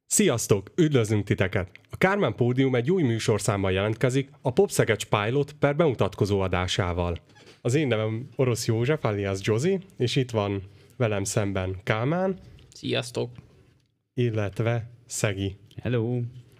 Sziasztok! Üdvözlünk titeket! A Kármán Pódium egy új műsorszámmal jelentkezik, a Popszegecs Pilot per bemutatkozó adásával. Az én nevem Orosz József, alias Jozi, és itt van velem szemben Kálmán. Sziasztok! Illetve Szegi. Hello!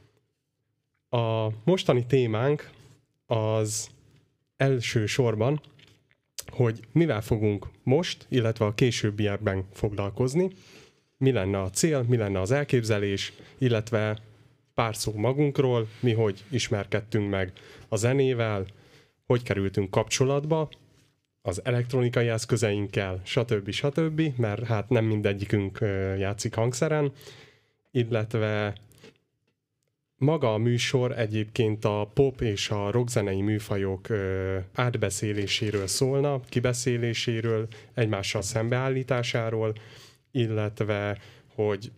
A mostani témánk az első sorban, hogy mivel fogunk most, illetve a későbbiekben foglalkozni, mi lenne a cél, mi lenne az elképzelés, illetve pár szó magunkról, mi hogy ismerkedtünk meg a zenével, hogy kerültünk kapcsolatba, az elektronikai eszközeinkkel, stb. Mert hát nem mindegyikünk játszik hangszeren, illetve maga a műsor egyébként a pop és a rockzenei műfajok átbeszéléséről szólna, kibeszéléséről, egymással szembeállításáról, illetve hogy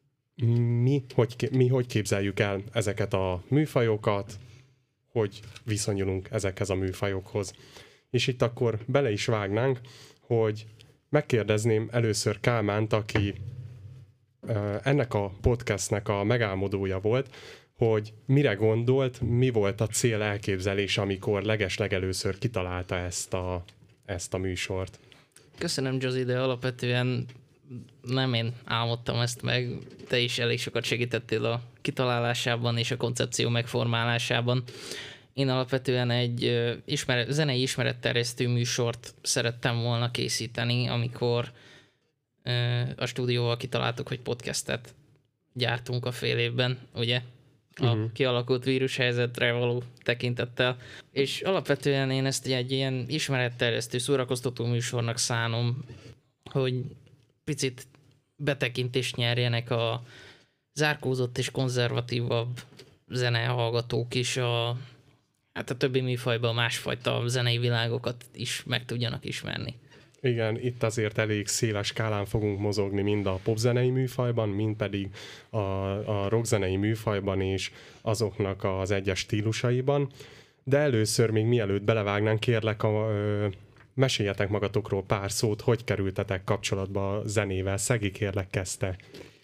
mi hogy képzeljük el ezeket a műfajokat, hogy viszonyulunk ezekhez a műfajokhoz. És itt akkor bele is vágnánk, hogy megkérdezném először Kálmánt, aki ennek a podcastnek a megálmodója volt, hogy mire gondolt, mi volt a cél elképzelés, amikor legeslegelőször kitalálta ezt a műsort. Köszönöm, Jozi, de alapvetően nem én álmodtam ezt meg, te is elég sokat segítettél a kitalálásában és a koncepció megformálásában. Én alapvetően egy zenei ismeretterjesztő műsort szerettem volna készíteni, amikor a stúdióval kitaláltuk, hogy podcastet gyártunk a fél évben, ugye? A kialakult vírushelyzetre való tekintettel. És alapvetően én ezt egy ilyen ismeretterjesztő, szórakoztató műsornak szánom, hogy picit betekintést nyerjenek a zárkózott és konzervatívabb zenehallgatók is a többi műfajban másfajta zenei világokat is meg tudjanak ismerni. Igen, itt azért elég széles skálán fogunk mozogni, mind a popzenei műfajban, mind pedig a rockzenei műfajban és azoknak az egyes stílusaiban. De először, még mielőtt belevágnánk, kérlek, meséljetek magatokról pár szót, hogy kerültetek kapcsolatba a zenével. Szegi, kérlek, kezdte.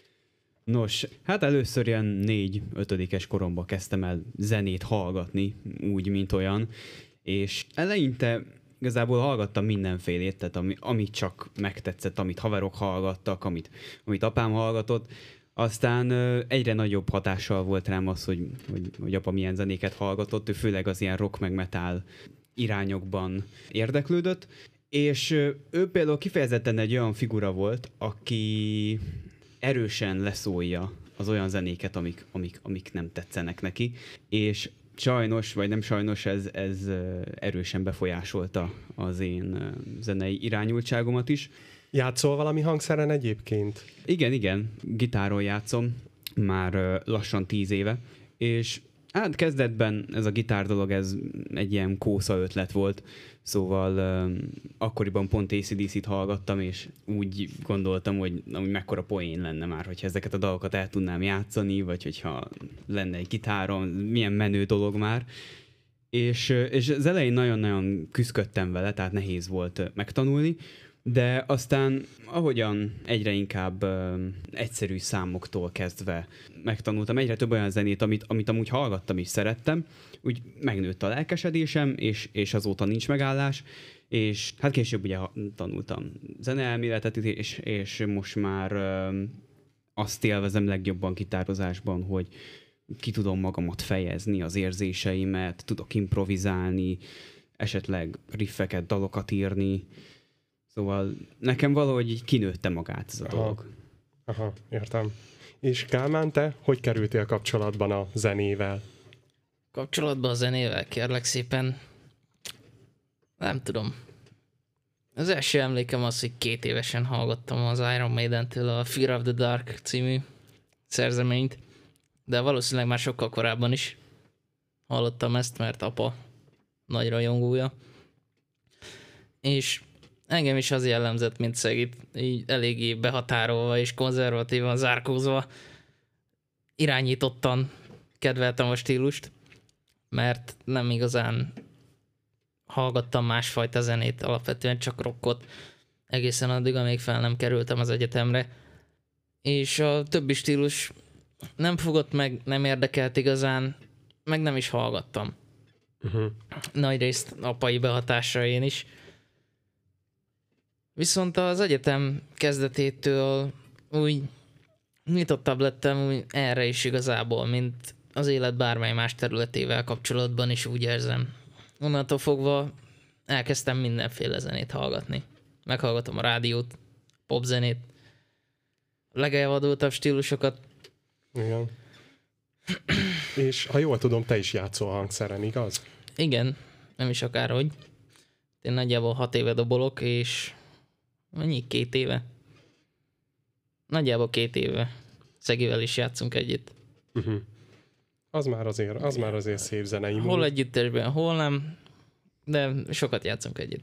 Nos, hát először ilyen 4-5-es koromban kezdtem el zenét hallgatni, úgy, mint olyan, és eleinte igazából hallgattam mindenfélét, tehát amit csak megtetszett, amit haverok hallgattak, amit apám hallgatott. Aztán egyre nagyobb hatással volt rám az, hogy apa milyen zenéket hallgatott, ő főleg az ilyen rock meg metal irányokban érdeklődött, és ő például kifejezetten egy olyan figura volt, aki erősen leszólja az olyan zenéket, amik nem tetszenek neki, és sajnos, vagy nem sajnos, ez erősen befolyásolta az én zenei irányultságomat is. Játszol valami hangszeren egyébként? Igen, gitáron játszom, már lassan 10 éve, és hát kezdetben ez a gitár dolog, ez egy ilyen kósza ötlet volt, szóval akkoriban pont AC/DC-t hallgattam, és úgy gondoltam, hogy mekkora poén lenne már, hogyha ezeket a dalokat el tudnám játszani, vagy hogyha lenne egy gitáron, milyen menő dolog már. És az elején nagyon-nagyon küzdöttem vele, tehát nehéz volt megtanulni, de aztán ahogyan egyre inkább egyszerű számoktól kezdve megtanultam egyre több olyan zenét, amit amúgy hallgattam és szerettem, úgy megnőtt a lelkesedésem, és azóta nincs megállás, és hát később ugye tanultam zeneelméletet, és most már azt élvezem legjobban gitározásban, hogy ki tudom magamat fejezni, az érzéseimet, tudok improvizálni, esetleg riffeket, dalokat írni. Szóval nekem valahogy így kinőtte magát ez a dolog. Aha, értem. És Kálmán, te hogy kerültél kapcsolatban a zenével? Kapcsolatban a zenével, kérlek szépen, nem tudom. Az első emlékem az, hogy 2 évesen hallgattam az Iron Maidentől a Fear of the Dark című szerzeményt, de valószínűleg már sokkal korábban is hallottam ezt, mert apa nagy rajongója. És engem is az jellemzett, mint Szegit, így eléggé behatárolva és konzervatívan zárkózva irányítottan kedveltem a stílust, mert nem igazán hallgattam másfajta zenét, alapvetően csak rockot, egészen addig, amíg fel nem kerültem az egyetemre. És a többi stílus nem fogott meg, nem érdekelt igazán, meg nem is hallgattam. Nagyrészt apai behatásain is. Viszont az egyetem kezdetétől úgy nyitottabb lettem úgy erre is igazából, mint az élet bármely más területével kapcsolatban is úgy érzem. Onnantól fogva elkezdtem mindenféle zenét hallgatni. Meghallgatom a rádiót, popzenét, a legelvadultabb stílusokat. Igen. És ha jól tudom, te is játszol hangszeren, igaz? Igen, nem is akárhogy. Én nagyjából 6 éve dobolok, és mennyi? 2 éve? Nagyjából 2 éve. Szegivel is játszunk együtt. Az már azért szép zenei. Hol együttesben, hol nem, de sokat játszunk együtt.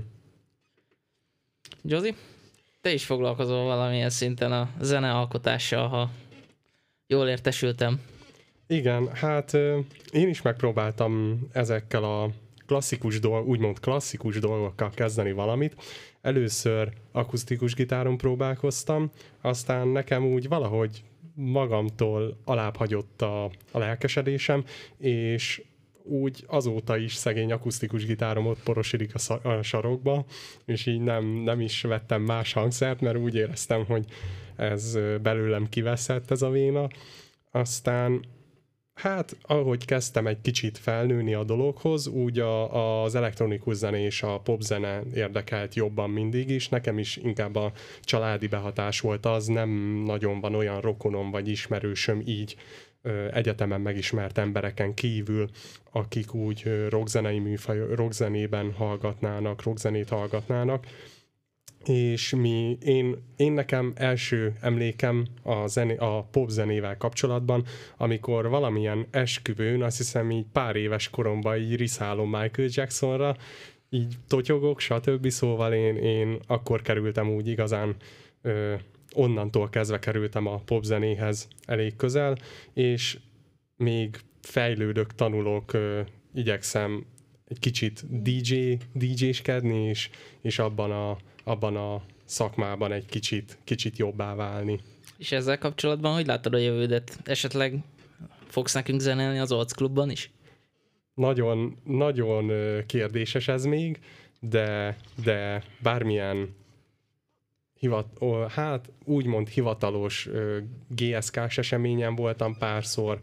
Josi, te is foglalkozol valamilyen szinten a zenealkotással, ha jól értesültem. Igen, hát én is megpróbáltam ezekkel a úgymond klasszikus dolgokkal kezdeni valamit. Először akusztikus gitáron próbálkoztam, aztán nekem úgy valahogy magamtól alább hagyott a lelkesedésem, és úgy azóta is szegény akusztikus gitárom ott porosidik a sarokba, és így nem is vettem más hangszert, mert úgy éreztem, hogy ez belőlem kiveszett ez a véna. Aztán hát, ahogy kezdtem egy kicsit felnőni a dologhoz, úgy az elektronikus zene és a popzene érdekelt jobban mindig is. Nekem is inkább a családi behatás volt az, nem nagyon van olyan rokonom vagy ismerősöm így egyetemen megismert embereken kívül, akik úgy rockzenében rockzenét hallgatnának. És én nekem első emlékem a popzenével kapcsolatban, amikor valamilyen esküvőn, azt hiszem így pár éves koromban így riszálom Michael Jacksonra, így totyogok, stb. Szóval én akkor kerültem úgy igazán, onnantól kezdve kerültem a popzenéhez elég közel, és még fejlődök, tanulok, igyekszem egy kicsit DJ-skedni, és abban a szakmában egy kicsit jobbá válni. És ezzel kapcsolatban hogy látod a jövődet? Esetleg fogsz nekünk zenélni az Olc Klubban is? Nagyon, nagyon kérdéses ez még, de bármilyen úgymond hivatalos GSK-s eseményen voltam párszor,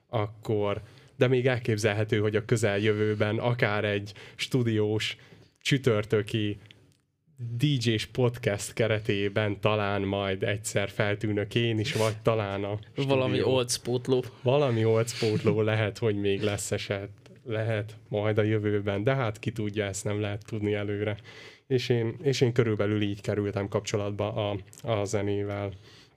de még elképzelhető, hogy a közeljövőben akár egy stúdiós csütörtöki DJ-s podcast keretében talán majd egyszer feltűnök én is, vagy talán a valami olcpótló. Valami olcpótló lehet, hogy még lehet majd a jövőben, de hát ki tudja, ezt nem lehet tudni előre. És én körülbelül így kerültem kapcsolatba a zenével.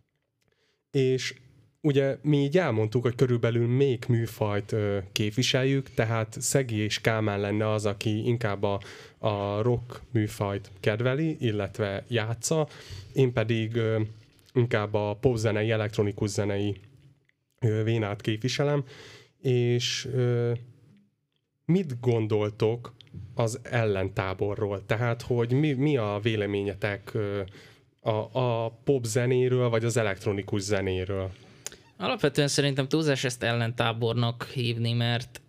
És ugye mi így elmondtuk, hogy körülbelül még műfajt képviseljük, tehát Szegi és Kálmán lenne az, aki inkább a rock műfajt kedveli, illetve játsza, én pedig inkább a popzenei, elektronikus zenei vénát képviselem, és mit gondoltok az ellentáborról? Tehát, hogy mi a véleményetek a popzenéről, vagy az elektronikus zenéről? Alapvetően szerintem túlzás ezt ellentábornak hívni, mert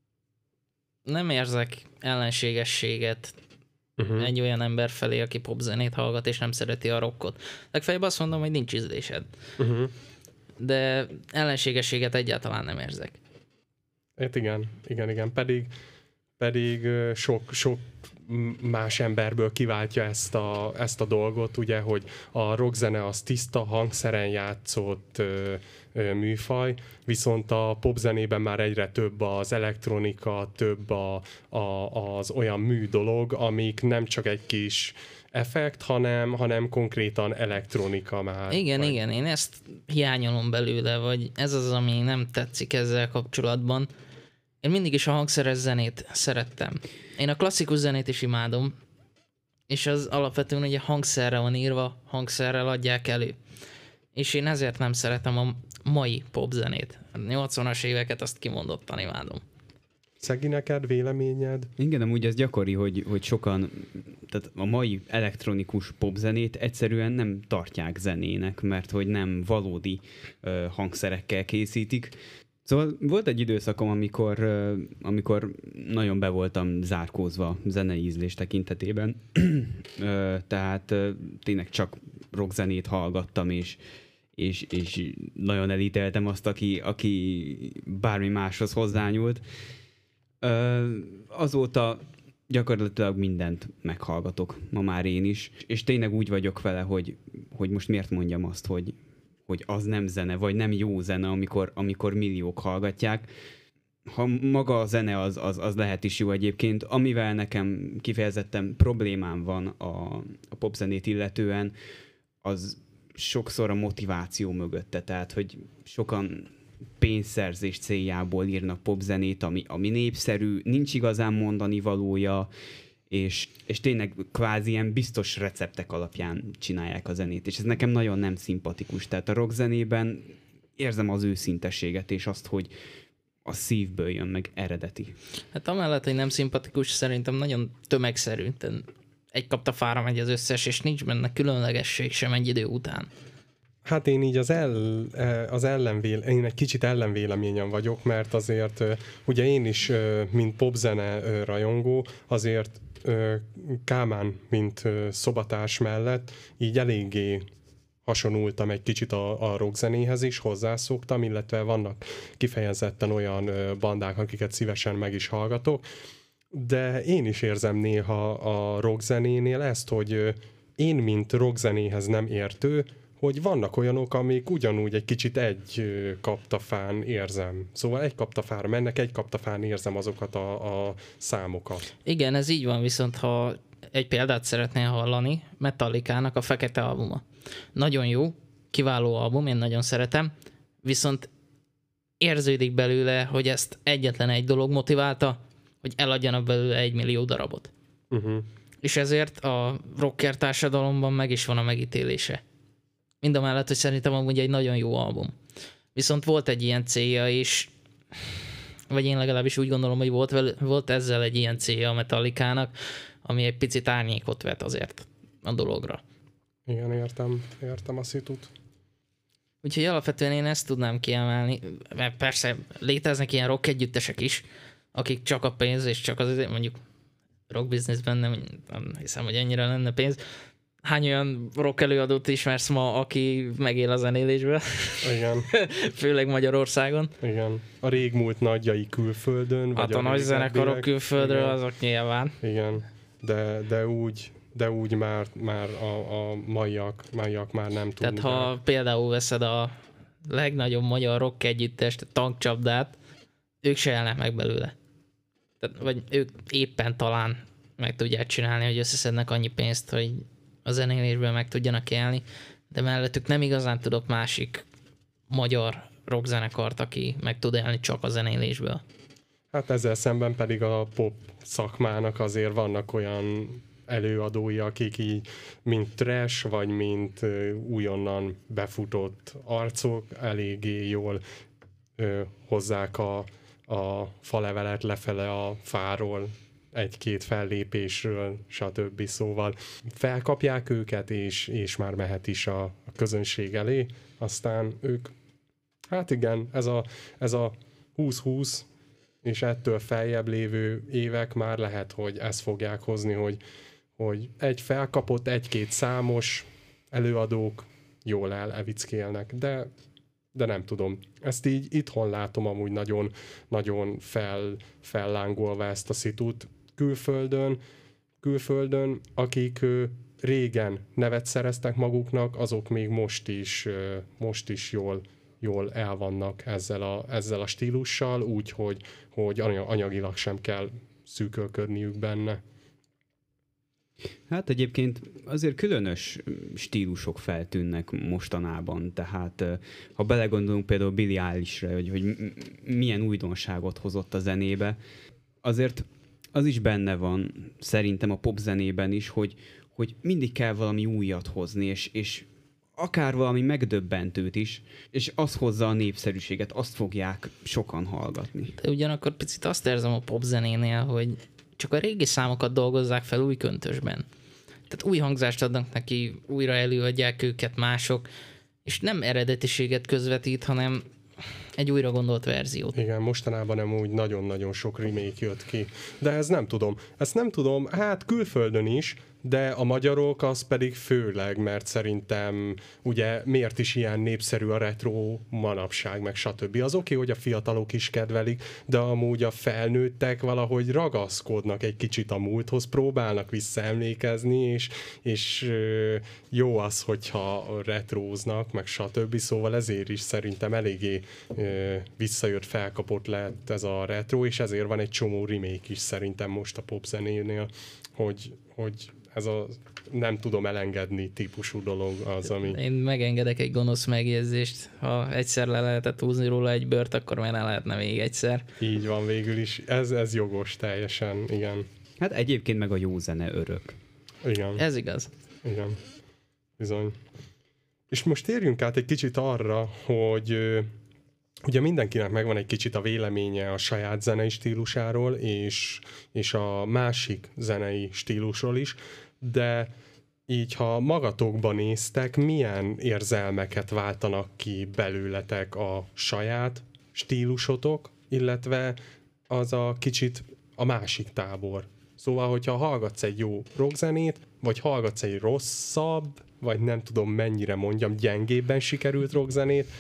nem érzek ellenségességet egy olyan ember felé, aki popzenét hallgat, és nem szereti a rockot. Legfeljebb azt mondom, hogy nincs ízlésed. De ellenségességet egyáltalán nem érzek. Hát igen. Pedig sok más emberből kiváltja ezt a dolgot, ugye, hogy a rockzene az tiszta hangszeren játszott műfaj, viszont a popzenében már egyre több az elektronika, több az olyan műdolog, amik nem csak egy kis effekt, hanem konkrétan elektronika már. Igen, én ezt hiányolom belőle, vagy ez az, ami nem tetszik ezzel kapcsolatban. Én mindig is a hangszeres zenét szerettem. Én a klasszikus zenét is imádom, és az alapvetően ugye hangszerre van írva, hangszerrel adják elő. És én ezért nem szeretem a mai popzenét. A 80-as éveket azt kimondottan imádom. Szegi, neked véleményed? Igen, amúgy ez gyakori, hogy sokan, tehát a mai elektronikus popzenét egyszerűen nem tartják zenének, mert hogy nem valódi hangszerekkel készítik. Szóval volt egy időszakom, amikor nagyon be voltam zárkózva zenei ízlés tekintetében, tehát tényleg csak rockzenét hallgattam, és nagyon elítéltem azt, aki bármi máshoz hozzányúlt. Azóta gyakorlatilag mindent meghallgatok, ma már én is, és tényleg úgy vagyok vele, hogy most miért mondjam azt, hogy az nem zene, vagy nem jó zene, amikor milliók hallgatják. Ha maga a zene az lehet is jó egyébként, amivel nekem kifejezetten problémám van a popzenét illetően, az sokszor a motiváció mögötte, tehát hogy sokan pénzszerzés céljából írnak popzenét, ami népszerű, nincs igazán mondani valója, és tényleg kvázi ilyen biztos receptek alapján csinálják a zenét, és ez nekem nagyon nem szimpatikus. Tehát a rockzenében érzem az őszinteséget, és azt, hogy a szívből jön meg eredeti. Hát amellett, hogy nem szimpatikus, szerintem nagyon tömegszerű. Egy kaptafára megy az összes, és nincs benne különlegesség sem egy idő után. Hát én így én egy kicsit ellenvéleményen vagyok, mert azért ugye én is, mint popzene rajongó, azért Kálmán, mint szobatárs mellett így eléggé hasonultam egy kicsit a rockzenéhez is, hozzászoktam, illetve vannak kifejezetten olyan bandák, akiket szívesen meg is hallgatok, de én is érzem néha a rockzenénél ezt, hogy én, mint rockzenéhez nem értő, hogy vannak olyanok, amik ugyanúgy egy kicsit egy kaptafán érzem. Szóval egy kaptafára mennek, egy kaptafán érzem azokat a számokat. Igen, ez így van, viszont ha egy példát szeretnél hallani, Metallicának a Fekete albuma. Nagyon jó, kiváló album, én nagyon szeretem, viszont érződik belőle, hogy ezt egyetlen egy dolog motiválta, hogy eladjanak belőle 1 millió darabot. És ezért a rocker társadalomban meg is van a megítélése. Mindamellett, hogy szerintem amúgy egy nagyon jó album. Viszont volt egy ilyen célja is, vagy én legalábbis úgy gondolom, hogy volt ezzel egy ilyen célja a Metallicának, ami egy picit árnyékot vet azért a dologra. Igen, értem a szitut. Úgyhogy alapvetően én ezt tudnám kiemelni, mert persze léteznek ilyen rock együttesek is, akik csak a pénz, és csak az, mondjuk rock businessben nem hiszem, hogy ennyire lenne pénz. Hány olyan rock előadót ismersz ma, aki megél a zenélésből? Igen. Főleg Magyarországon. Igen. A régmúlt nagyjai külföldön. Hát a nagy zenekarok külföldről, igen. Azok nyilván. Igen. De úgy már a maiak már nem tudnak. Tehát ha például veszed a legnagyobb magyar rock együttest, a Tankcsapdát, ők se élnek meg belőle. Tehát, vagy ők éppen talán meg tudják csinálni, hogy összeszednek annyi pénzt, hogy a zenélésből meg tudjanak élni, de mellettük nem igazán tudok másik magyar rockzenekart, aki meg tud élni csak a zenélésből. Hát ezzel szemben pedig a pop szakmának azért vannak olyan előadói, akik így mint trash, vagy mint újonnan befutott arcok eléggé jól hozzák a falevelet lefele a fáról, egy-két fellépésről, stb. Szóval felkapják őket, és már mehet is a közönség elé. Aztán ők, hát igen, ez a 20-20 és ettől feljebb lévő évek már lehet, hogy ezt fogják hozni, hogy egy felkapott, egy-két számos előadók jól evickélnek, de nem tudom. Ezt így itthon látom amúgy nagyon, nagyon fellángolva ezt a szitut. Külföldön, akik régen nevet szereztek maguknak, azok még most is jól el vannak ezzel a stílussal, úgy, hogy anyagilag sem kell szűkölködniük benne. Hát egyébként azért különös stílusok feltűnnek mostanában, tehát ha belegondolunk például Billie Eilishre, hogy milyen újdonságot hozott a zenébe, azért az is benne van szerintem a popzenében is, hogy mindig kell valami újat hozni, és akár valami megdöbbentőt is, és az hozza a népszerűséget, azt fogják sokan hallgatni. De ugyanakkor picit azt érzem a popzenénél, hogy csak a régi számokat dolgozzák fel új köntösben. Tehát új hangzást adnak neki, újra előadják őket mások, és nem eredetiséget közvetít, hanem egy újra gondolt verziót. Igen, mostanában nem úgy nagyon-nagyon sok remake jött ki. De ezt nem tudom, hát külföldön is, de a magyarok az pedig főleg, mert szerintem ugye miért is ilyen népszerű a retro manapság, meg stb. Az oké, hogy a fiatalok is kedvelik, de amúgy a felnőttek valahogy ragaszkodnak egy kicsit a múlthoz, próbálnak visszaemlékezni, és jó az, hogyha retróznak, meg stb. Szóval ezért is szerintem eléggé visszajött, felkapott lett ez a retro, és ezért van egy csomó remake is szerintem most a popzenénél, hogy ez a nem tudom elengedni típusú dolog az, ami... Én megengedek egy gonosz megjegyzést. Ha egyszer le lehetett húzni róla egy bört, akkor már ne lehetne még egyszer. Így van végül is. Ez jogos teljesen, igen. Hát egyébként meg a jó zene örök. Igen. Ez igaz. Igen. Bizony. És most térjünk át egy kicsit arra, hogy ugye mindenkinek megvan egy kicsit a véleménye a saját zenei stílusáról, és a másik zenei stílusról is, de így, ha magatokban néztek, milyen érzelmeket váltanak ki belőletek a saját stílusotok, illetve az a kicsit a másik tábor. Szóval, hogyha hallgatsz egy jó rockzenét, vagy hallgatsz egy rosszabb, vagy nem tudom mennyire mondjam, gyengébben sikerült rockzenét,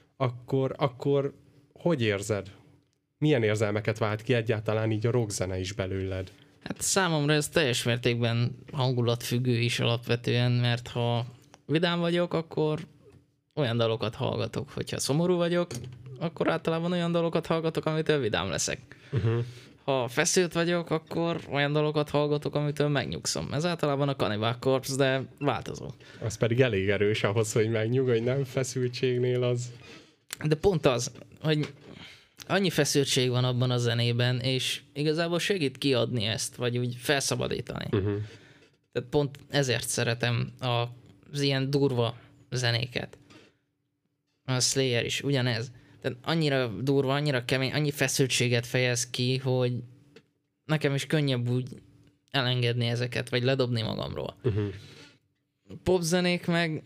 akkor hogy érzed? Milyen érzelmeket vált ki egyáltalán így a rockzene is belőled? Hát számomra ez teljes mértékben hangulatfüggő is alapvetően, mert ha vidám vagyok, akkor olyan dalokat hallgatok. Hogyha szomorú vagyok, akkor általában olyan dalokat hallgatok, amitől vidám leszek. Ha feszült vagyok, akkor olyan dalokat hallgatok, amitől megnyugszom. Ez általában a Cannibal Corpse, de változó. Az pedig elég erős ahhoz, hogy megnyugodj, nem feszültségnél az... De pont az, hogy annyi feszültség van abban a zenében, és igazából segít kiadni ezt, vagy úgy felszabadítani. Tehát pont ezért szeretem az ilyen durva zenéket. A Slayer is ugyanez. Tehát annyira durva, annyira kemény, annyi feszültséget fejez ki, hogy nekem is könnyebb úgy elengedni ezeket, vagy ledobni magamról. Popzenék meg...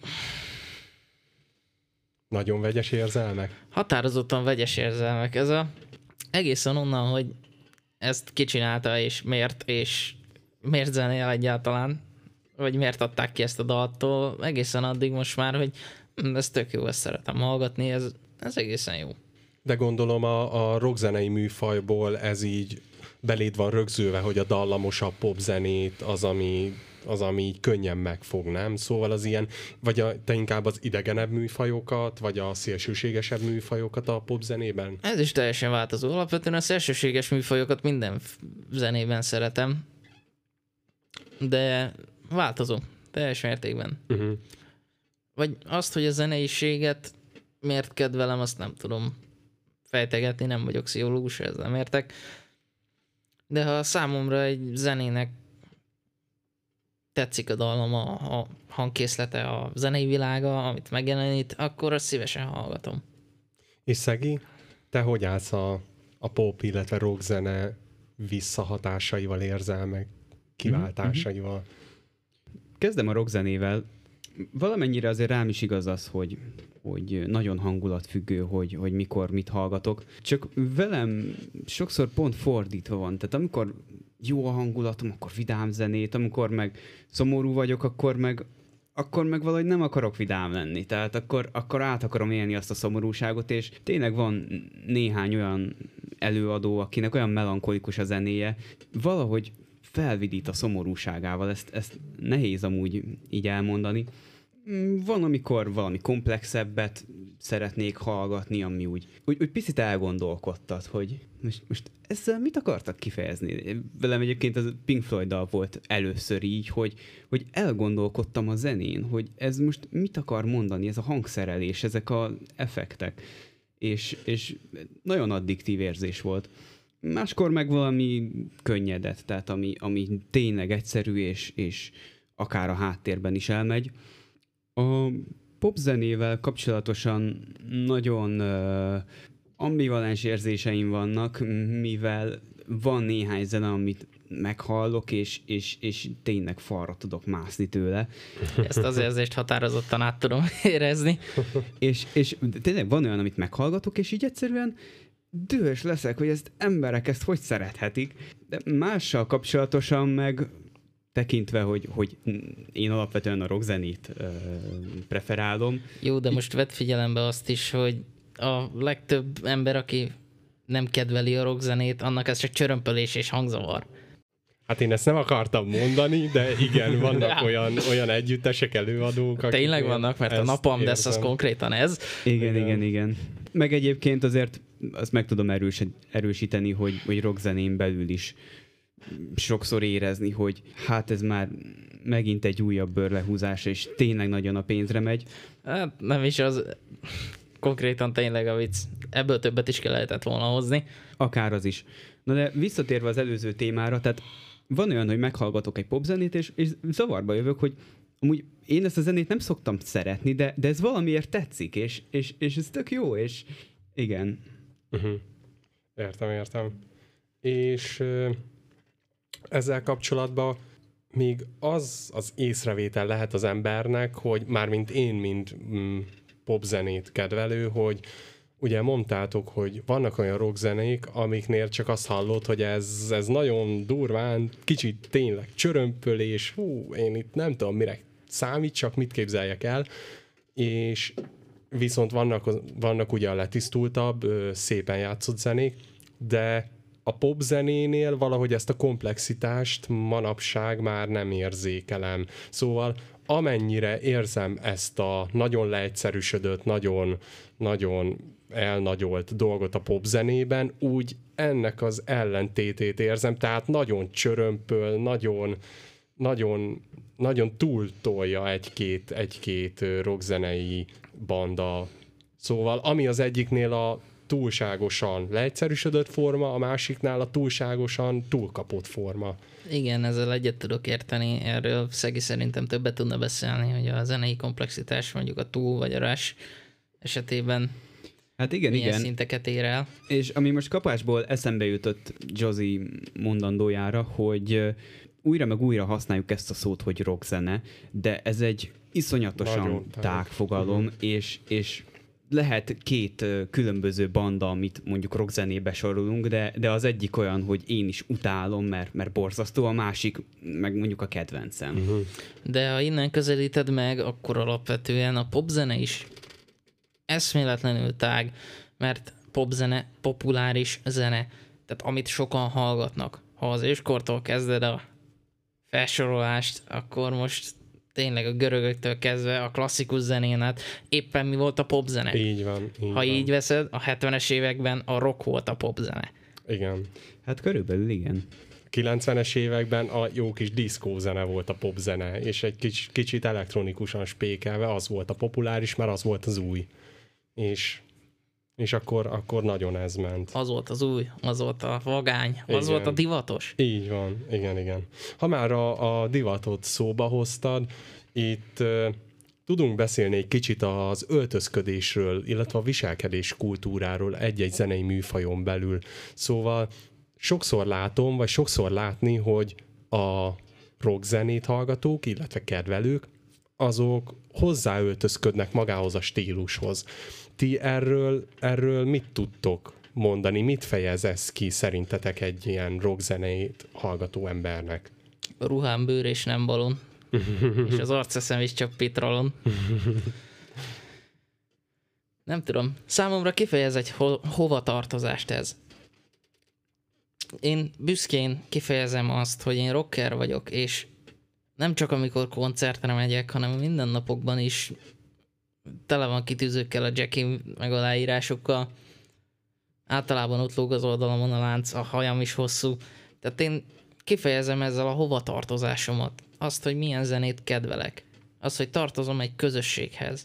Nagyon vegyes érzelmek? Határozottan vegyes érzelmek. Ez egészen onnan, hogy ezt kicsinálta, és miért zenél egyáltalán, vagy miért adták ki ezt a daltól, egészen addig most már, hogy ez tök jó, ezt szeretem hallgatni, ez egészen jó. De gondolom a rockzenei műfajból ez így beléd van rögzülve, hogy a dallamosabb popzenét az, ami így könnyen megfog, nem? Szóval az ilyen, vagy te inkább az idegenebb műfajokat, vagy a szélsőségesebb műfajokat a popzenében? Ez is teljesen változó. Alapvetően a szélsőséges műfajokat minden zenében szeretem, de változó, teljes mértékben. Vagy azt, hogy a zeneiséget miért kedvelem, azt nem tudom fejtegetni, nem vagyok pszichológus, ezzel nem értek. De ha számomra egy zenének tetszik a dallam, a hangkészlete, a zenei világa, amit megjelenít, akkor azt szívesen hallgatom. És Szegi, te hogy állsz a pop, illetve rockzene visszahatásaival, érzelmek kiváltásaival? Kezdem a rockzenével. Valamennyire azért rám is igaz az, hogy nagyon hangulatfüggő, hogy mikor mit hallgatok. Csak velem sokszor pont fordítva van. Tehát amikor jó a hangulatom, akkor vidám zenét, amikor meg szomorú vagyok, akkor meg valahogy nem akarok vidám lenni. Tehát akkor át akarom élni azt a szomorúságot, és tényleg van néhány olyan előadó, akinek olyan melankolikus a zenéje, valahogy felvidít a szomorúságával. Ezt nehéz amúgy így elmondani. Van, amikor valami komplexebbet szeretnék hallgatni, ami úgy picit elgondolkodtat, hogy most ezzel mit akartak kifejezni? Velem egyébként az Pink Floyd-dal volt először így, hogy elgondolkodtam a zenén, hogy ez most mit akar mondani, ez a hangszerelés, ezek az effektek. És nagyon addiktív érzés volt. Máskor meg valami könnyedet, tehát ami tényleg egyszerű, és akár a háttérben is elmegy. A popzenével kapcsolatosan nagyon ambivalens érzéseim vannak, mivel van néhány zene, amit meghallok, és tényleg falra tudok mászni tőle. Ezt az érzést határozottan át tudom érezni. És tényleg van olyan, amit meghallgatok, és így egyszerűen dühös leszek, hogy ezt emberek ezt hogy szerethetik. De mással kapcsolatosan meg tekintve, hogy én alapvetően a rockzenét preferálom. Jó, de most vedd figyelembe azt is, hogy a legtöbb ember, aki nem kedveli a rockzenét, annak ez csak csörömpölés és hangzavar. Hát én ezt nem akartam mondani, de igen, vannak olyan együttesek, előadók, akik... Tényleg vannak, mert a Napalm Death az konkrétan ez. Igen. Meg egyébként azért azt meg tudom erősíteni, hogy rockzenén belül is sokszor érezni, hogy hát ez már megint egy újabb bőrlehúzás, és tényleg nagyon a pénzre megy. Hát nem is az... Konkrétan tényleg a vicc. Ebből többet is kell lehetett volna hozni. Akár az is. Na de visszatérve az előző témára, tehát van olyan, hogy meghallgatok egy popzenét, és zavarba jövök, hogy amúgy én ezt a zenét nem szoktam szeretni, de ez valamiért tetszik, és ez tök jó, és igen. Uh-huh. Értem. És ezzel kapcsolatban még az észrevétel lehet az embernek, hogy mármint én, mint popzenét kedvelő, hogy ugye mondtátok, hogy vannak olyan rockzenék, amiknél csak azt hallod, hogy ez nagyon durván, kicsit tényleg csörömpölés, én itt nem tudom, mire számít, csak mit képzeljek el, és viszont vannak ugye a letisztultabb, szépen játszott zenék, de a popzenénél valahogy ezt a komplexitást manapság már nem érzékelem. Szóval amennyire érzem ezt a nagyon leegyszerűsödött, nagyon elnagyolt dolgot a popzenében, úgy ennek az ellentétét érzem, tehát nagyon csörömpöl, nagyon túltolja egy-két rockzenei banda. Szóval ami az egyiknél a túlságosan leegyszerűsödött forma, a másiknál a túlságosan túlkapott forma. Igen, ezzel egyet tudok érteni. Erről Szegi szerintem többet tudna beszélni, hogy a zenei komplexitás mondjuk a túl vagy a rás esetében hát igen. szinteket ér el. És ami most kapásból eszembe jutott Josie mondandójára, hogy újra meg újra használjuk ezt a szót, hogy rockzene, de ez egy iszonyatosan tág fogalom, és lehet két különböző banda, amit mondjuk rockzenébe sorolunk, de az egyik olyan, hogy én is utálom, mert borzasztó, a másik meg mondjuk a kedvencem. Uh-huh. De ha innen közelíted meg, akkor alapvetően a popzene is eszméletlenül tág, mert popzene, populáris zene, tehát amit sokan hallgatnak. Ha az őskortól kezded a felsorolást, akkor most tényleg a görögöktől kezdve a klasszikus zenén át éppen mi volt a popzene. Így van. Így veszed, a 70-es években a rock volt a popzene. Igen. Hát körülbelül igen. 90-es években a jó kis diszkózene volt a popzene, és egy kicsit elektronikusan spékelve az volt a populáris, mert az volt az új. És akkor nagyon ez ment. Az volt az új, az volt a vagány, az volt a divatos. Így van, igen. Ha már a divatot szóba hoztad, itt tudunk beszélni egy kicsit az öltözködésről, illetve a viselkedés kultúráról egy-egy zenei műfajon belül. Szóval sokszor látom, vagy sokszor látni, hogy a rockzenét hallgatók, illetve kedvelők, azok hozzáöltözködnek magához a stílushoz. Ti erről mit tudtok mondani? Mit fejez ez ki szerintetek egy ilyen rockzenét hallgató embernek? Ruhám bőr és nem balon. És az arceszem is csak pitralon. Nem tudom. Számomra kifejez egy hovatartozást ez. Én büszkén kifejezem azt, hogy én rocker vagyok, és nem csak amikor koncertre megyek, hanem minden napokban is tele van kitűzőkkel a Jackie meg aláírásokkal. Általában ott lóg az oldalamon a lánc, a hajam is hosszú. Tehát én kifejezem ezzel a hovatartozásomat. Azt, hogy milyen zenét kedvelek. Azt, hogy tartozom egy közösséghez.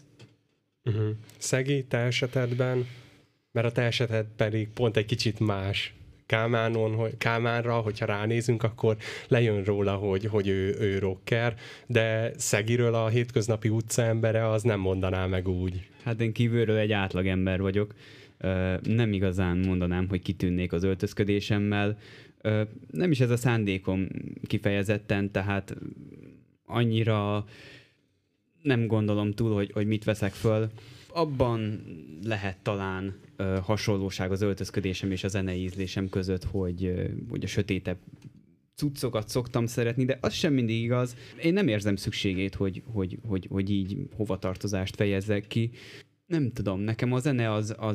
Szegi, te esetedben, mert a te eseted pedig pont egy kicsit más. Kálmánra, hogyha ránézünk, akkor lejön róla, hogy ő rocker, de Szegiről a hétköznapi utcaembere az nem mondaná meg úgy. Hát én kívülről egy átlagember vagyok. Nem igazán mondanám, hogy kitűnnék az öltözködésemmel. Nem is ez a szándékom kifejezetten, tehát annyira nem gondolom túl, hogy mit veszek föl. Abban lehet talán hasonlóság az öltözködésem és a zenei ízlésem között, hogy a sötétebb cuccokat szoktam szeretni, de az sem mindig igaz. Én nem érzem szükségét, hogy így hovatartozást fejezzek ki. Nem tudom, nekem a zene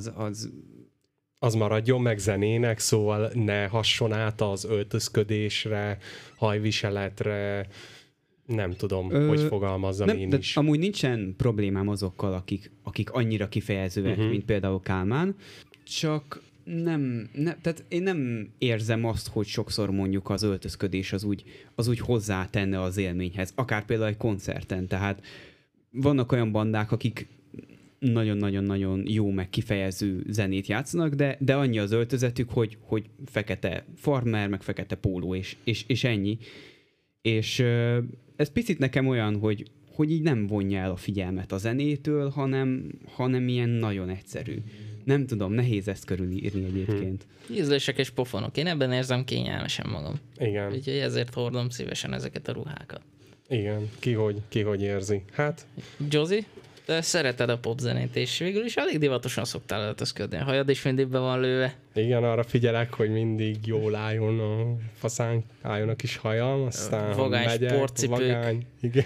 az maradjon meg zenének, szóval ne hasson át az öltözködésre, hajviseletre, nem tudom, hogy fogalmazzam nem, én de is. amúgy nincsen problémám azokkal, akik annyira kifejezőek, mint például Kálmán, csak tehát én nem érzem azt, hogy sokszor mondjuk az öltözködés az úgy hozzátenne az élményhez, akár például egy koncerten, tehát vannak olyan bandák, akik nagyon-nagyon-nagyon jó, meg kifejező zenét játszanak, de annyi az öltözetük, hogy fekete farmer, meg fekete póló, és ennyi. És ez picit nekem olyan, hogy így nem vonja el a figyelmet a zenétől, hanem ilyen nagyon egyszerű. Nem tudom, nehéz ezt körülírni egyébként. Ízlések és pofonok. Én ebben érzem kényelmesen magam. Igen. Úgyhogy ezért hordom szívesen ezeket a ruhákat. Igen, ki hogy érzi. Hát... Josie, te szereted a popzenét, és végül is elég divatosan szoktál öltözködni. A hajad is mindig be van lőve. Igen, arra figyelek, hogy mindig jól álljon a faszán, álljon a kis hajam, aztán vagány megyek, sportcipők. vagány, igen.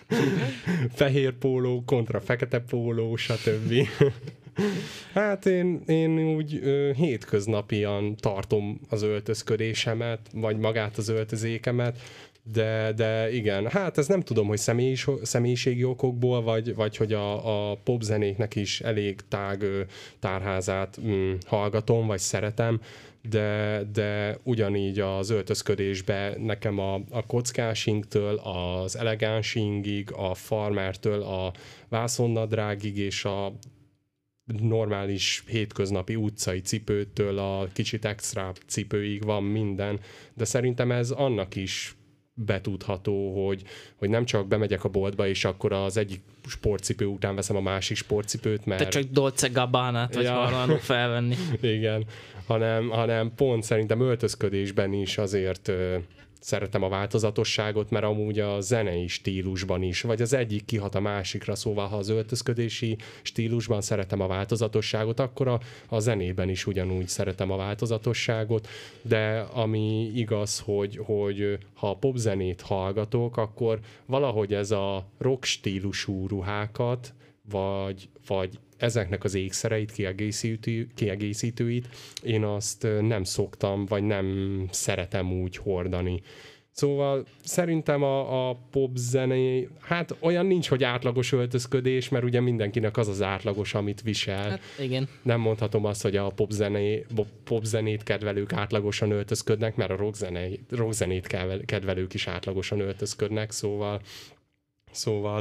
Fehér póló kontra fekete póló, stb. Hát én úgy hétköznapian tartom az öltözködésemet, vagy magát az öltözékemet, de igen, hát ez nem tudom, hogy személyiségi okokból, vagy hogy a popzenéknek is elég tág tárházát hallgatom, vagy szeretem, de ugyanígy az öltözködésben nekem a kockásingtől, az elegánsingig, a farmertől, a vászonnadrágig és a normális hétköznapi utcai cipőtől a kicsit extra cipőig van minden, de szerintem ez annak is betudható, hogy nem csak bemegyek a boltba, és akkor az egyik sportcipő után veszem a másik sportcipőt, mert... Te csak Dolce Gabbánát vagy hajlandó felvenni. Igen, hanem pont szerintem öltözködésben is azért szeretem a változatosságot, mert amúgy a zenei stílusban is, vagy az egyik kihat a másikra, szóval ha az öltözködési stílusban szeretem a változatosságot, akkor a zenében is ugyanúgy szeretem a változatosságot, de ami igaz, hogy ha a popzenét hallgatok, akkor valahogy ez a rock stílusú ruhákat, vagy ezeknek az ékszereit, kiegészítőit, én azt nem szoktam, vagy nem szeretem úgy hordani. Szóval szerintem a popzené, hát olyan nincs, hogy átlagos öltözködés, mert ugye mindenkinek az átlagos, amit visel. Hát igen. Nem mondhatom azt, hogy a popzenét kedvelők átlagosan öltözködnek, mert a rockzenét kedvelők is átlagosan öltözködnek, szóval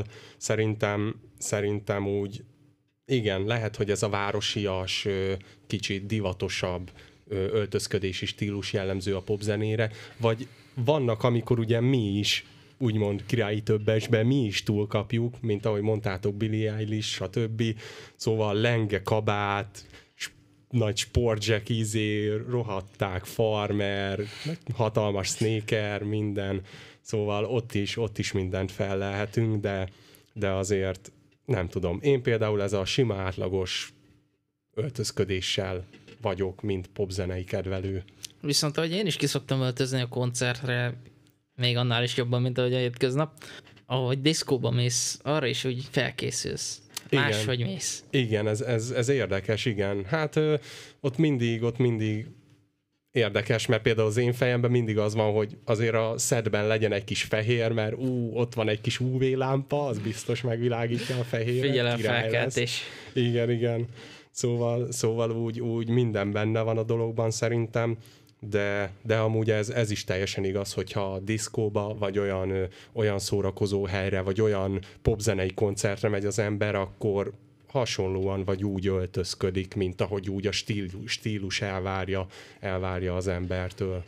szerintem úgy igen, lehet, hogy ez a városias, kicsit divatosabb öltözködési stílus jellemző a popzenére, vagy vannak, amikor ugye mi is, úgymond királyi többesben mi is túlkapjuk, mint ahogy mondtátok, Billie Eilish, stb. Szóval lenge, kabát, nagy sportjack, rohadták, farmer, hatalmas sneaker, minden. Szóval ott is mindent fellelhetünk, de azért nem tudom. Én például ez a sima átlagos öltözködéssel vagyok, mint popzenei kedvelő. Viszont ahogy én is kiszoktam öltözni a koncertre, még annál is jobban, mint ahogy a hétköznap, ahogy diszkóba mész, arra is úgy felkészülsz. Máshogy mész. Igen, ez érdekes, igen. Hát ott mindig érdekes, mert például az én fejemben mindig az van, hogy azért a szedben legyen egy kis fehér, mert ott van egy kis UV lámpa, az biztos megvilágítja a fehéret. Figyelemfelkeltés. Igen. Szóval úgy minden benne van a dologban szerintem, de amúgy ez is teljesen igaz, hogyha diszkóba, vagy olyan szórakozó helyre, vagy olyan popzenei koncertre megy az ember, akkor hasonlóan vagy úgy öltözködik, mint ahogy úgy a stílus elvárja az embertől.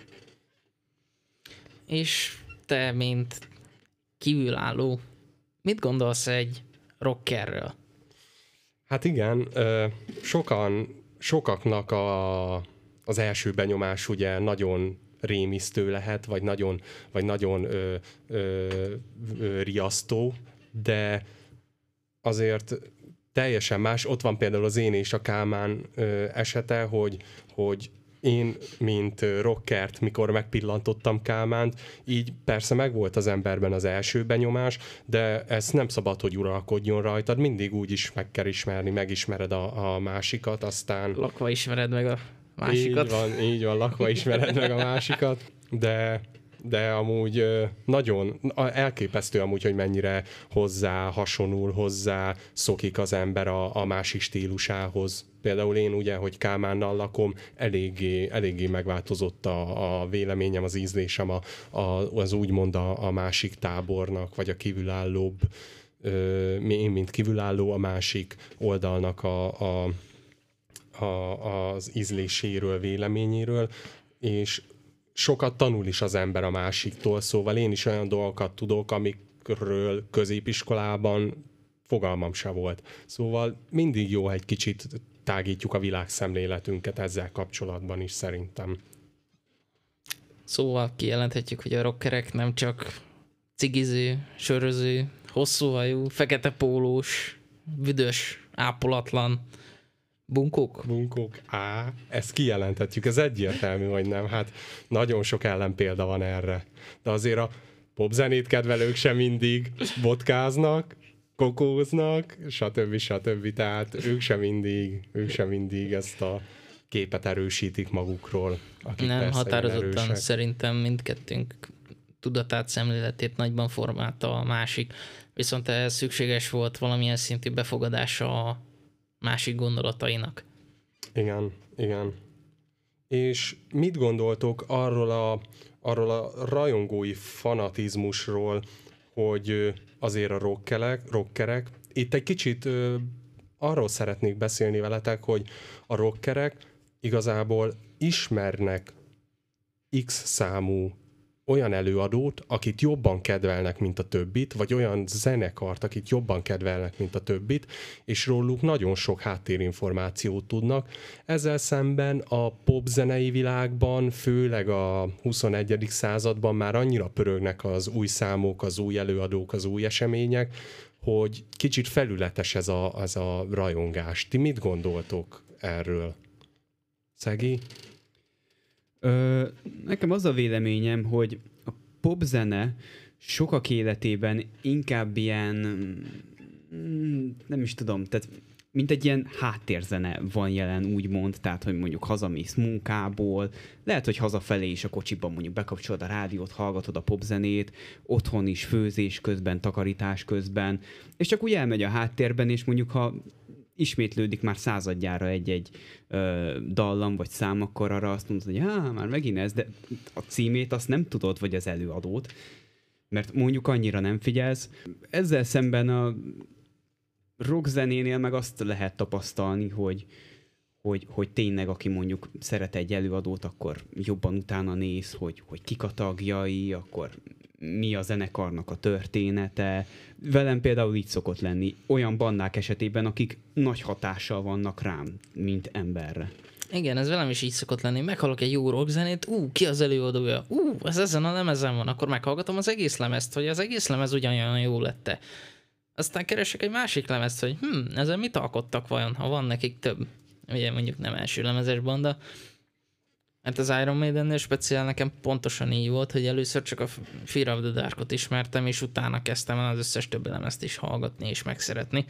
És te, mint kívülálló, mit gondolsz egy rockerről? Hát igen, sokaknak az első benyomás ugye nagyon rémisztő lehet, vagy nagyon riasztó, de azért teljesen más. Ott van például az én és a Kálmán esete, hogy én, mint rockert, mikor megpillantottam Kálmánt, így persze megvolt az emberben az első benyomás, de ez nem szabad, hogy uralkodjon rajtad, mindig úgy is meg kell ismerni, megismered a másikat, aztán... Lakva ismered meg a másikat. Így van, lakva ismered meg a másikat, de amúgy nagyon elképesztő amúgy, hogy mennyire hozzá hasonul, hozzá szokik az ember a másik stílusához. Például én ugye, hogy Kálmánnal lakom, eléggé megváltozott a véleményem, az ízlésem az úgymond a másik tábornak, vagy a kívülállóbb, én mint kívülálló a másik oldalnak az ízléséről, véleményéről, és sokat tanul is az ember a másiktól, szóval én is olyan dolgokat tudok, amikről középiskolában fogalmam se volt. Szóval mindig jó, egy kicsit tágítjuk a világszemléletünket ezzel kapcsolatban is szerintem. Szóval kijelenthetjük, hogy a rockerek nem csak cigiző, söröző, hosszúhajú, fekete pólós, büdös, ápolatlan bunkók? Bunkók, ezt kijelenthetjük, ez egyértelmű, hogy nem. Hát nagyon sok ellenpélda van erre. De azért a popzenét kedvelők sem mindig vodkáznak, kokóznak, stb. Tehát ők sem mindig ezt a képet erősítik magukról. Nem, határozottan szerintem mindkettőnk tudatát, szemléletét nagyban formálta a másik. Viszont ehhez szükséges volt valamilyen szintű befogadása a másik gondolatainak. Igen. És mit gondoltok arról a rajongói fanatizmusról, hogy azért a rockerek, itt egy kicsit arról szeretnék beszélni veletek, hogy a rockerek igazából ismernek X számú olyan előadót, akit jobban kedvelnek, mint a többit, vagy olyan zenekart, akit jobban kedvelnek, mint a többit, és róluk nagyon sok háttérinformációt tudnak. Ezzel szemben a popzenei világban, főleg a 21. században már annyira pörögnek az új számok, az új előadók, az új események, hogy kicsit felületes ez a rajongás. Ti mit gondoltok erről? Szegi? Nekem az a véleményem, hogy a popzene sokak életében inkább ilyen, nem is tudom, tehát mint egy ilyen háttérzene van jelen, úgymond, tehát, hogy mondjuk hazamész munkából, lehet, hogy hazafelé is a kocsiban mondjuk bekapcsolod a rádiót, hallgatod a popzenét, otthon is főzés közben, takarítás közben, és csak úgy elmegy a háttérben, és mondjuk ha ismétlődik már századjára egy-egy dallam vagy szám, akkor arra azt mondod, hogy már megint ez, de a címét azt nem tudod, vagy az előadót, mert mondjuk annyira nem figyelsz. Ezzel szemben a rockzenénél meg azt lehet tapasztalni, hogy tényleg, aki mondjuk szeret egy előadót, akkor jobban utána néz, hogy kik a tagjai, akkor mi a zenekarnak a története. Velem például így szokott lenni olyan bandák esetében, akik nagy hatással vannak rám, mint emberre. Igen, ez velem is így szokott lenni. Meghallok egy jó rockzenét, ki az előadója? Ez ezen a lemezen van, akkor meghallgatom az egész lemezt, hogy az egész lemez ugyanolyan jó lett-e. Aztán keresek egy másik lemezt, hogy ezen mit alkottak vajon, ha van nekik több. Ugye mondjuk nem első lemezes banda. Hát az Iron Maidennél speciál nekem pontosan így volt, hogy először csak a Fear of the Darkot ismertem, és utána kezdtem el az összes többi lemezt is hallgatni és megszeretni.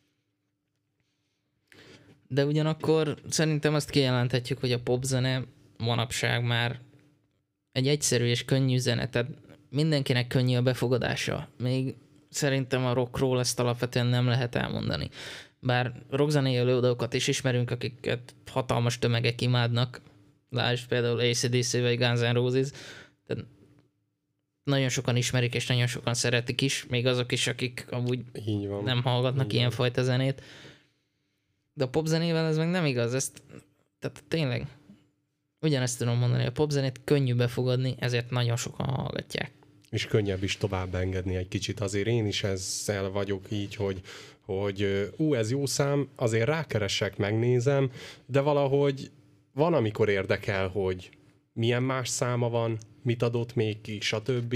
De ugyanakkor szerintem azt kijelenthetjük, hogy a popzene manapság már egy egyszerű és könnyű zene, tehát mindenkinek könnyű a befogadása. Még szerintem a rockról ezt alapvetően nem lehet elmondani. Bár rockzenei előadókat is ismerünk, akiket hatalmas tömegek imádnak, lásd például AC/DC vagy Guns N' Roses, tehát nagyon sokan ismerik és nagyon sokan szeretik is, még azok is, akik amúgy nem hallgatnak ilyenfajta zenét. De a popzenével ez meg nem igaz, tehát tényleg ugyanezt tudom mondani, a popzenét könnyű befogadni, ezért nagyon sokan hallgatják. És könnyebb is tovább engedni egy kicsit. Azért én is ezzel vagyok így, hogy ez jó szám, azért rákeresek, megnézem, de valahogy van, amikor érdekel, hogy milyen más száma van, mit adott még ki, stb.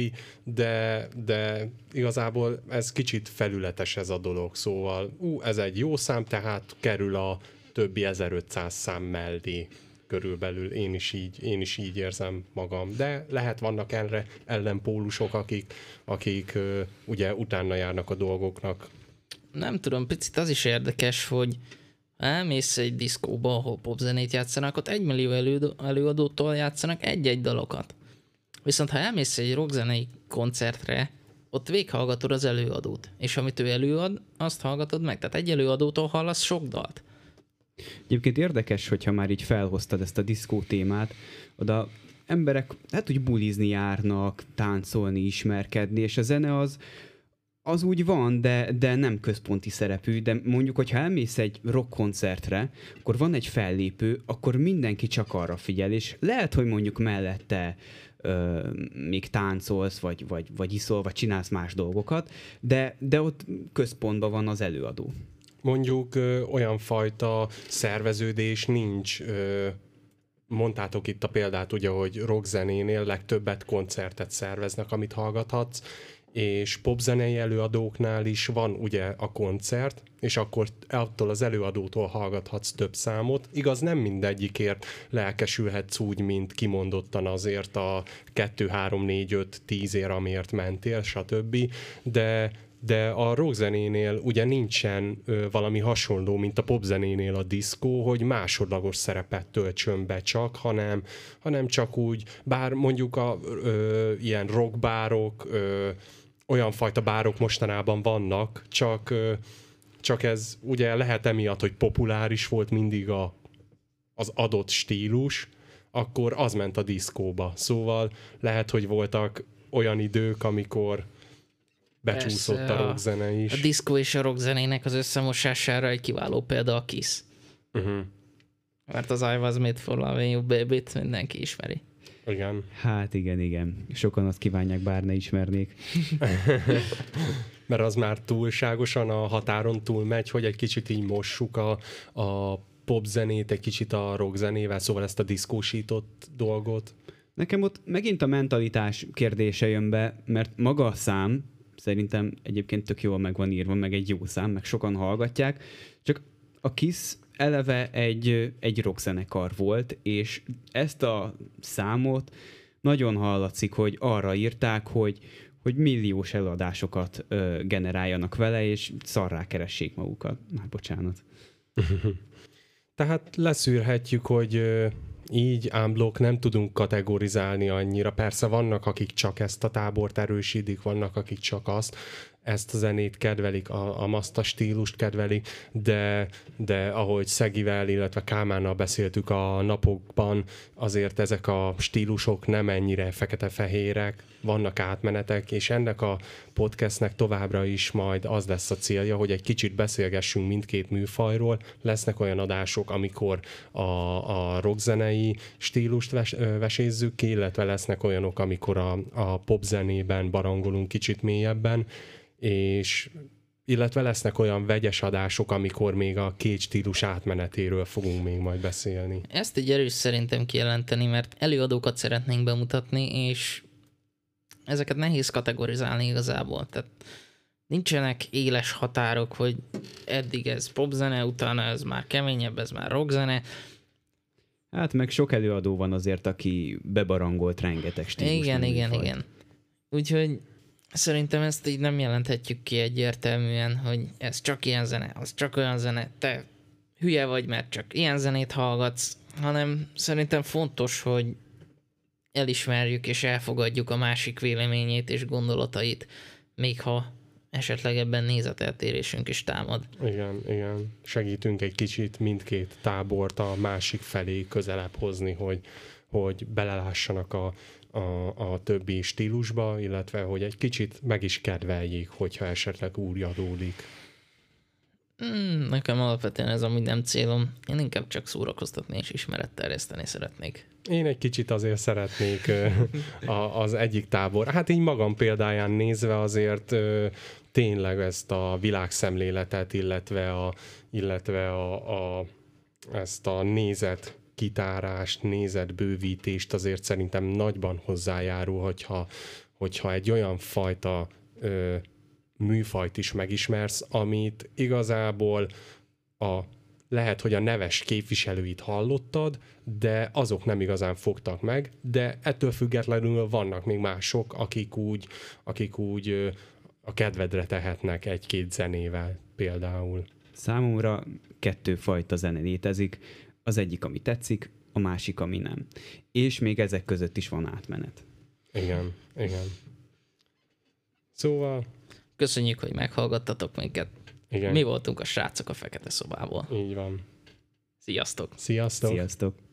De igazából ez kicsit felületes ez a dolog, szóval ez egy jó szám, tehát kerül a többi 1500 szám mellé körülbelül. Én is így érzem magam. De lehet vannak erre ellenpólusok, akik ugye utána járnak a dolgoknak. Nem tudom, picit az is érdekes, hogy elmész egy diszkóba, ahol popzenét játszanak, ott 1 millió előadótól játszanak egy-egy dalokat. Viszont ha elmész egy rockzenei koncertre, ott véghallgatod az előadót, és amit ő előad, azt hallgatod meg. Tehát egy előadótól hallasz sok dalt. Egyébként érdekes, hogyha már így felhoztad ezt a diszkó témát, oda emberek hát úgy bulizni járnak, táncolni, ismerkedni, és a zene az úgy van, de nem központi szerepű, de mondjuk, hogyha elmész egy rock koncertre, akkor van egy fellépő, akkor mindenki csak arra figyel, és lehet, hogy mondjuk mellette még táncolsz, vagy iszol, vagy csinálsz más dolgokat, de ott központban van az előadó. Mondjuk olyan fajta szerveződés nincs, mondtátok itt a példát, ugye, hogy rockzenénél legtöbbet koncertet szerveznek, amit hallgathatsz, és popzenei előadóknál is van ugye a koncert, és akkor attól az előadótól hallgathatsz több számot. Igaz, nem mindegyikért lelkesülhetsz úgy, mint kimondottan azért a 2, 3, 4, 5, 10 ér, amiért mentél, stb. De a rockzenénél ugye nincsen valami hasonló, mint a popzenénél a diszkó, hogy másodlagos szerepet töltsön be csak, hanem csak úgy, bár mondjuk ilyen rockbárok, olyan fajta bárok mostanában vannak, csak ez ugye lehet emiatt, hogy populáris volt mindig az adott stílus, akkor az ment a diszkóba. Szóval lehet, hogy voltak olyan idők, amikor becsúszott persze, a rockzene is. A diszkó és a rockzenének az összemosására egy kiváló példa a Kiss. Mert az I Was Made For Loving You Baby-t mindenki ismeri. Igen. Hát igen. Sokan azt kívánják, bár ne ismernék. Mert az már túlságosan a határon túl megy, hogy egy kicsit így mossuk a popzenét egy kicsit a rockzenével, szóval ezt a diszkósított dolgot. Nekem ott megint a mentalitás kérdése jön be, mert maga a szám szerintem egyébként tök jól meg van írva, meg egy jó szám, meg sokan hallgatják, csak a Kiss eleve egy rockzenekar volt, és ezt a számot nagyon hallatszik, hogy arra írták, hogy milliós eladásokat generáljanak vele, és szarrá keressék magukat. Már bocsánat. Tehát leszűrhetjük, hogy így unblock nem tudunk kategorizálni annyira. Persze vannak, akik csak ezt a tábort erősítik, vannak, akik csak ezt a zenét kedvelik, a maszta stílust kedvelik, de ahogy Szegivel, illetve Kálmánnal beszéltük a napokban, azért ezek a stílusok nem ennyire fekete-fehérek, vannak átmenetek, és ennek a podcastnek továbbra is majd az lesz a célja, hogy egy kicsit beszélgessünk mindkét műfajról. Lesznek olyan adások, amikor a rockzenei stílust vesézzük ki, illetve lesznek olyanok, amikor a popzenében barangolunk kicsit mélyebben, és illetve lesznek olyan vegyes adások, amikor még a két stílus átmenetéről fogunk még majd beszélni. Ezt egy erős szerintem kijelenteni, mert előadókat szeretnénk bemutatni, és ezeket nehéz kategorizálni igazából. Tehát nincsenek éles határok, hogy eddig ez popzene, utána ez már keményebb, ez már rockzene. Hát meg sok előadó van azért, aki bebarangolt rengeteg stílus. Igen. Úgyhogy szerintem ezt így nem jelenthetjük ki egyértelműen, hogy ez csak ilyen zene, az csak olyan zene, te hülye vagy, mert csak ilyen zenét hallgatsz, hanem szerintem fontos, hogy elismerjük és elfogadjuk a másik véleményét és gondolatait, még ha esetleg ebben nézeteltérésünk is támad. Igen. Segítünk egy kicsit mindkét tábort a másik felé közelebb hozni, hogy belelássanak a többi stílusba, illetve hogy egy kicsit meg is kedveljék, hogyha esetleg úgy adódik. Nekem alapvetően ez amúgy nem célom. Én inkább csak szórakoztatni és ismeretterjeszteni szeretnék. Én egy kicsit azért szeretnék az egyik tábor. Hát így magam példáján nézve azért tényleg ezt a világszemléletet, illetve ezt a nézet kitárást, nézetbővítést azért szerintem nagyban hozzájárul, hogyha egy olyan fajta műfajt is megismersz, amit igazából lehet, hogy a neves képviselőit hallottad, de azok nem igazán fogtak meg, de ettől függetlenül vannak még mások, akik úgy a kedvedre tehetnek egy-két zenével például. Számomra 2 fajta zene létezik, az egyik, ami tetszik, a másik, ami nem. És még ezek között is van átmenet. Igen. Szóval... Köszönjük, hogy meghallgattatok minket. Igen. Mi voltunk a srácok a Fekete Szobából. Így van. Sziasztok! Sziasztok! Sziasztok!